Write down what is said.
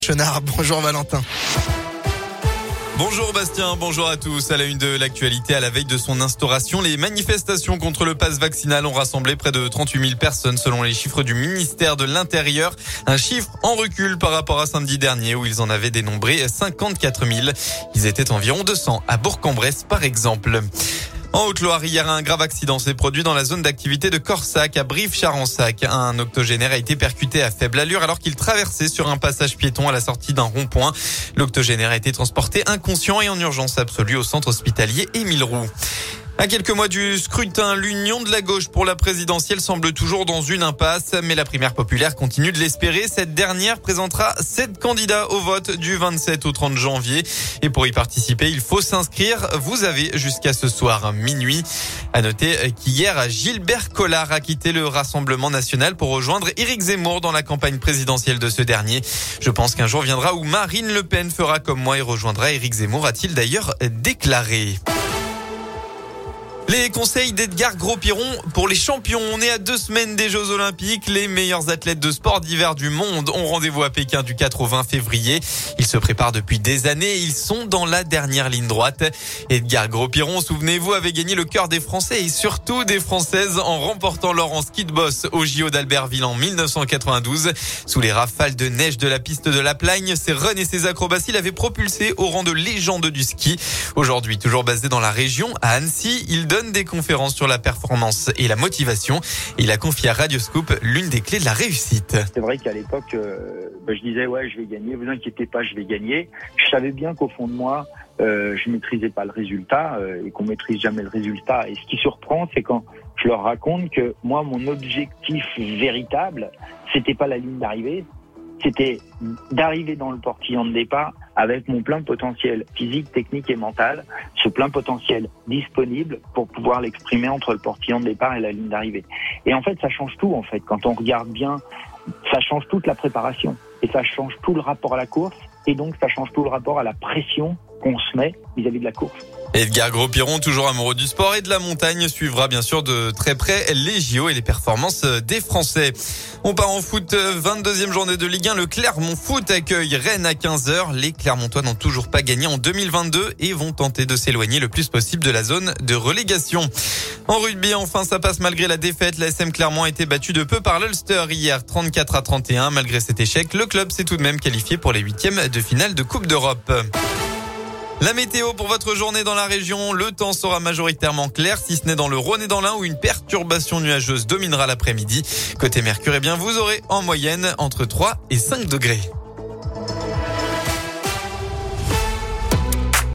Chenard, bonjour Valentin. Bonjour Bastien, bonjour à tous. À la une de l'actualité, à la veille de son instauration, les manifestations contre le pass vaccinal ont rassemblé près de 38 000 personnes selon les chiffres du ministère de l'Intérieur. Un chiffre en recul par rapport à samedi dernier où ils en avaient dénombré 54 000. Ils étaient environ 200 à Bourg-en-Bresse par exemple. En Haute-Loire, hier, un grave accident s'est produit dans la zone d'activité de Corsac, à Brive-Charensac. Un octogénaire a été percuté à faible allure alors qu'il traversait sur un passage piéton à la sortie d'un rond-point. L'octogénaire a été transporté inconscient et en urgence absolue au centre hospitalier Émile Roux. À quelques mois du scrutin, l'union de la gauche pour la présidentielle semble toujours dans une impasse, mais la primaire populaire continue de l'espérer. Cette dernière présentera 7 candidats au vote du 27 au 30 janvier. Et pour y participer, il faut s'inscrire. Vous avez jusqu'à ce soir minuit. À noter qu'hier, Gilbert Collard a quitté le Rassemblement national pour rejoindre Éric Zemmour dans la campagne présidentielle de ce dernier. Je pense qu'un jour viendra où Marine Le Pen fera comme moi et rejoindra Éric Zemmour, a-t-il d'ailleurs déclaré. Les conseils d'Edgar Gros-Piron pour les champions. On est à 2 semaines des Jeux Olympiques. Les meilleurs athlètes de sport d'hiver du monde ont rendez-vous à Pékin du 4 au 20 février. Ils se préparent depuis des années. Ils sont dans la dernière ligne droite. Edgar Gros-Piron, souvenez-vous, avait gagné le cœur des Français et surtout des Françaises en remportant l'or en ski de boss au JO d'Albertville en 1992. Sous les rafales de neige de la piste de la Plagne, ses runs et ses acrobaties l'avaient propulsé au rang de légende du ski. Aujourd'hui, toujours basé dans la région, à Annecy, il donne des conférences sur la performance et la motivation. Il a confié à Radio Scoop l'une des clés de la réussite. C'est vrai qu'à l'époque, je disais ouais, je vais gagner. Vous inquiétez pas, je vais gagner. Je savais bien qu'au fond de moi, je maîtrisais pas le résultat et qu'on maîtrise jamais le résultat. Et ce qui surprend, c'est quand je leur raconte que moi, mon objectif véritable, c'était pas la ligne d'arrivée. C'était d'arriver dans le portillon de départ avec mon plein potentiel physique, technique et mental, ce plein potentiel disponible pour pouvoir l'exprimer entre le portillon de départ et la ligne d'arrivée. Et en fait, ça change tout, en fait. Quand on regarde bien, ça change toute la préparation et ça change tout le rapport à la course et donc ça change tout le rapport à la pression qu'on se met vis-à-vis de la course. Edgar Gros-Piron, toujours amoureux du sport et de la montagne, suivra bien sûr de très près les JO et les performances des Français. On part en foot, 22e journée de Ligue 1. Le Clermont Foot accueille Rennes à 15h. Les Clermontois n'ont toujours pas gagné en 2022 et vont tenter de s'éloigner le plus possible de la zone de relégation. En rugby, enfin, ça passe malgré la défaite. La SM Clermont a été battue de peu par l'Ulster hier, 34-31. Malgré cet échec, le club s'est tout de même qualifié pour les 8e de finale de Coupe d'Europe. La météo pour votre journée dans la région, le temps sera majoritairement clair, si ce n'est dans le Rhône et dans l'Ain où une perturbation nuageuse dominera l'après-midi. Côté Mercure, vous aurez en moyenne entre 3 et 5 degrés.